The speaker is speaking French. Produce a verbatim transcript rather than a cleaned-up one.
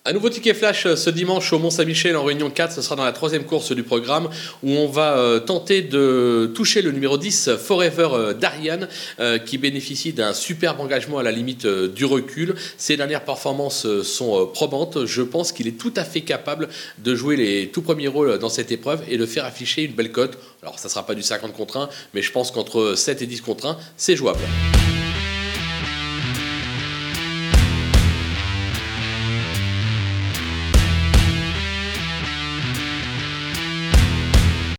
Un nouveau ticket flash ce dimanche au Mont-Saint-Michel en Réunion quatre, ce sera dans la troisième course du programme où on va tenter de toucher le numéro dix, Forever d'Ariane, qui bénéficie d'un superbe engagement à la limite du recul. Ses dernières performances sont probantes. Je pense qu'il est tout à fait capable de jouer les tout premiers rôles dans cette épreuve et de faire afficher une belle cote. Alors ça ne sera pas du cinquante contre un, mais je pense qu'entre sept et dix contre un, c'est jouable.